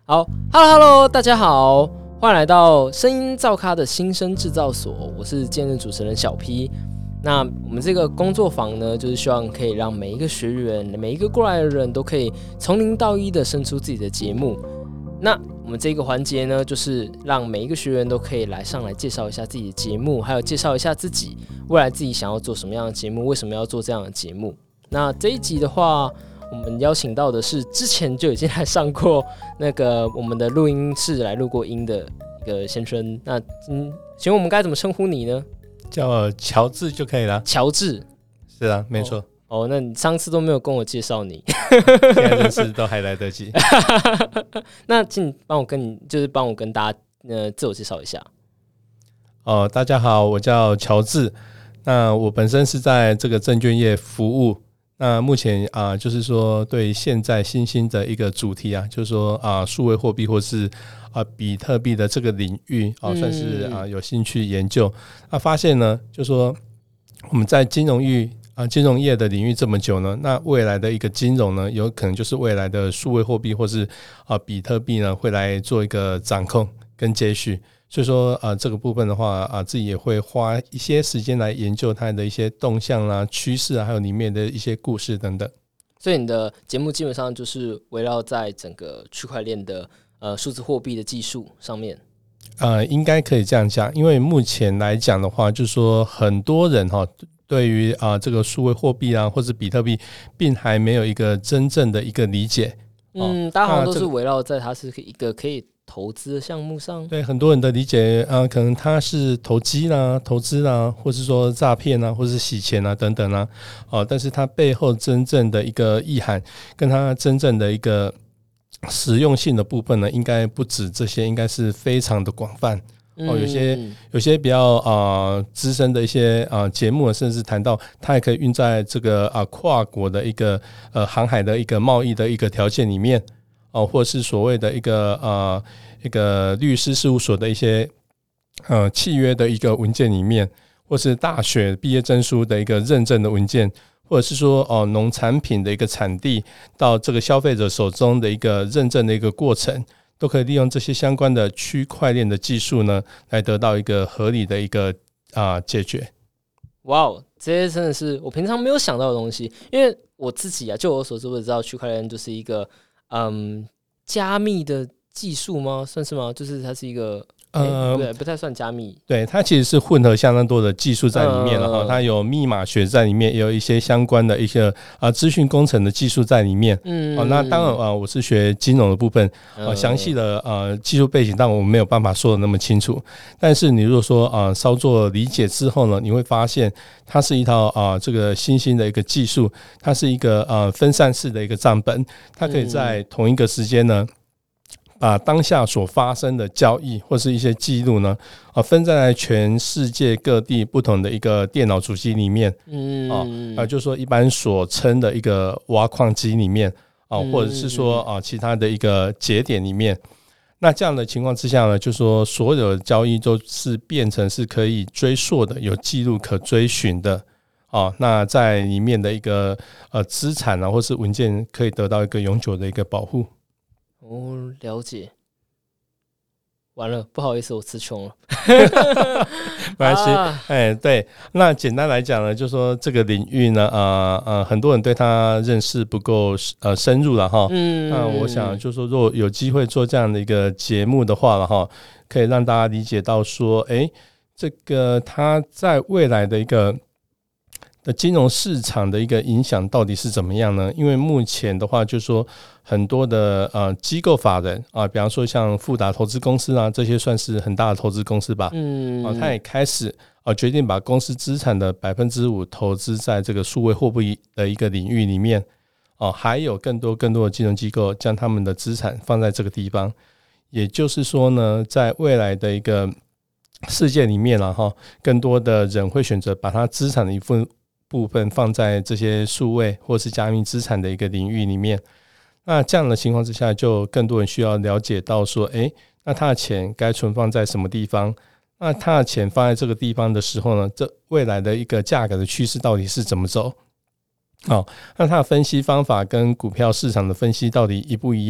好 ，Hello， 大家好，欢迎来到声音造咖的新生制造所，我是兼任主持人小 P。那我们这个工作坊呢，就是希望可以让每一个学员、每一个过来的人都可以从零到一的生出自己的节目。那我们这个环节呢，就是让每一个学员都可以上来介绍一下自己的节目，还有介绍一下自己未来自己想要做什么样的节目，为什么要做这样的节目。那这一集的话，我们邀请到的是之前就已经来上过那个我们的录音室来录过音的一个先生。那请问我们该怎么称呼你呢？ 叫乔治就可以了。 乔治， 是啊，没错。 哦，那你上次都没有跟我介绍你， 现在认识都还来得及。 那请你帮我跟大家自我介绍一下。 大家好，我叫乔治。那我本身是在这个证券业服务。那目前就是说对现在新兴的一个主题就是说数位货币或是比特币的这个领域算是有兴趣研究。那发现呢，就是说我们在金融业的领域这么久呢，那未来的一个金融呢，有可能就是未来的数位货币或是比特币呢，会来做一个掌控跟接续。所以说这个部分的话自己也会花一些时间来研究它的一些动向啦、趋势还有里面的一些故事等等。 所以你的节目基本上就是围绕在整个区块链的数字货币的技术上面。 应该可以这样讲，因为目前来讲的话，就是说很多人对于这个数位货币或是比特币，并还没有一个真正的一个理解。 大家好像都是围绕在它是一个可以投资的项目上。 对，很多人的理解可能它是投资啦，或是说诈骗或是洗钱等等但是它背后真正的一个意涵，跟它真正的一个实用性的部分呢，应该不止这些，应该是非常的广泛。有些比较资深的一些节目，甚至谈到它也可以运在这个跨国的一个航海的一个贸易的一个条件里面或是所谓的一个律师事务所的一些契约的一个文件里面，或是大学毕业证书的一个认证的文件，或者是说农产品的一个产地到这个消费者手中的一个认证的一个过程，都可以利用这些相关的区块链的技术呢，来得到一个合理的一个解决。 哇哦，这些真的是我平常没有想到的东西，因为我自己就我所知，我知道区块链就是一个加密的技术吗？算是吗？就是它是一个不太算加密。对， 它其实是混合相当多的技术在里面了它有密码学在里面，也有一些相关的一些资讯工程的技术在里面。那当然我是学金融的部分，详细的技术背景，但我没有办法说的那么清楚。但是你如果说稍作理解之后呢，你会发现它是一套这个新兴的一个技术，它是一个分散式的一个账本，它可以在同一个时间呢，把当下所发生的交易或是一些记录呢，分散在全世界各地不同的一个电脑主机里面，就是说一般所称的一个挖矿机里面或者是说其他的一个节点里面。那这样的情况之下呢，就是说所有的交易都是变成是可以追溯的，有记录可追寻的。那在里面的一个资产或是文件可以得到一个永久的一个保护。 了解。完了，不好意思，我词穷了。 没关系，对。那简单来讲呢，就是说这个领域呢，很多人对它认识不够深入了哈。那我想就是说，如果有机会做这样的一个节目的话了哈，可以让大家理解到说，这个它在未来的一个金融市场的一个影响到底是怎么样呢？因为目前的话，就是说很多的机构法人比方说像富达投资公司这些算是很大的投资公司吧。他也开始决定把公司资产的 5% 投资在这个数位货币的一个领域里面。还有更多的金融机构将他们的资产放在这个地方。也就是说呢，在未来的一个世界里面更多的人会选择把他资产的一部分放在这些数位或是加密资产的一个领域里面。那这样的情况之下，就更多人需要了解到说，那他的钱该存放在什么地方？那他的钱放在这个地方的时候呢，这未来的一个价格的趋势到底是怎么走？那他的分析方法跟股票市场的分析到底一不一样？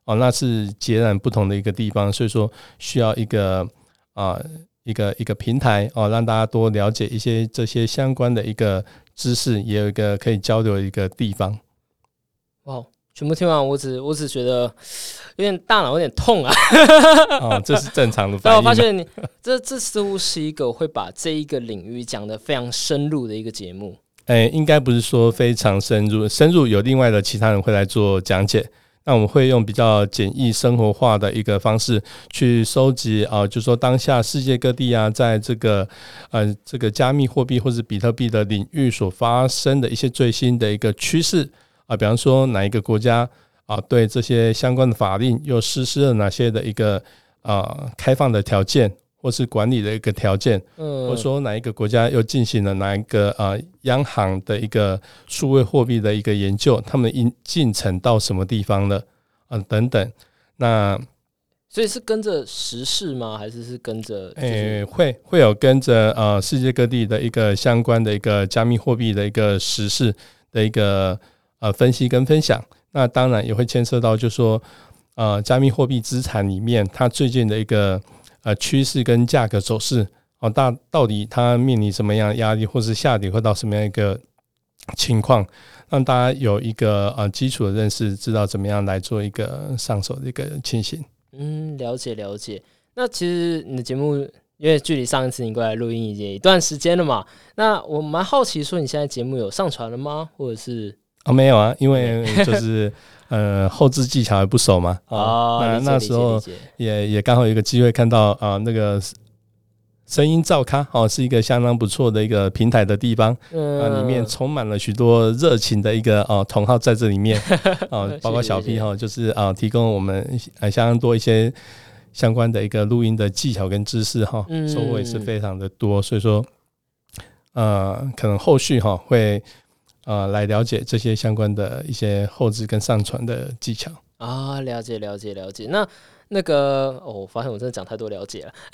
那是截然不同的一个地方，所以说需要一个平台让大家多了解一些这些相关的一个知识，也有一个可以交流的一个地方。 哇，全部听完，我只觉得有点大脑有点痛啊。 这是正常的反应。 我发现你这似乎是一个会把这一个领域讲得非常深入的一个节目。 应该不是说非常深入有另外的其他人会来做讲解。那我们会用比较简易生活化的一个方式去收集就是说当下世界各地在这个加密货币或是比特币的领域所发生的一些最新的一个趋势比方说哪一个国家对这些相关的法令又实施了哪些的一个开放的条件或是管理的一个条件，或者说哪一个国家又进行了哪一个央行的一个数位货币的一个研究，他们进程到什么地方了等等。那所以是跟着时事吗？还是跟着、 会有跟着世界各地的一个相关的一个加密货币的一个时事的一个分析跟分享。那当然也会牵涉到就是说加密货币资产里面它最近的一个趋势跟价格走势到底它面临什么样的压力，或是下跌会到什么样一个情况，让大家有一个基础的认识，知道怎么样来做一个上手的一个情形。 了解。那其实你的节目因为距离上一次你过来录音也一段时间了嘛，那我蛮好奇说你现在节目有上传了吗？或者是没有因为就是后置技巧也不熟嘛那时候也刚好有一个机会看到那个声音造咖是一个相当不错的一个平台的地方里面充满了许多热情的一个同好在这里面包括小 P 就是提供我们相当多一些相关的一个录音的技巧跟知识收获也是非常的多，所以说可能后续会来了解这些相关的一些后置跟上传的技巧了解。那个我发现我真的讲太多了解了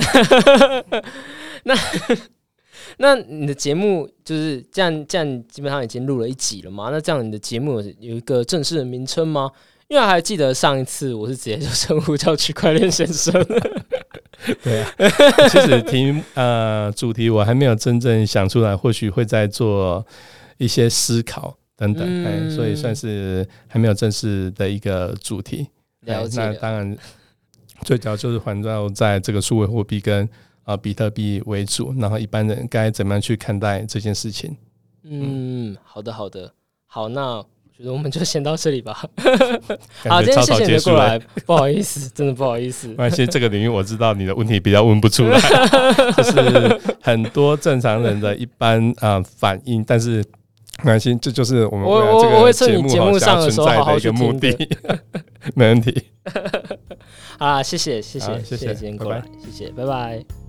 那你的节目就是这样基本上已经录了一集了吗？那这样你的节目有一个正式的名称吗？因为还记得上一次我是直接就称呼叫区块链先生对其实主题我还没有真正想出来，或许会再做一些思考等等所以算是还没有正式的一个主题。 了解那当然最主要就是环绕在这个数位货币跟比特币为主，然后一般人该怎么样去看待这件事情。 好的，好，那我觉得我们就先到这里吧好，今天谢谢你的过来，不好意思，真的不好意思。 没关系，这个领域我知道你的问题比较问不出来就是很多正常人的一般反应，但是没关系，这就是我们未来这个节目上存在的一个目的没问题好啦，谢谢今天过来， 拜拜， 谢谢，拜拜。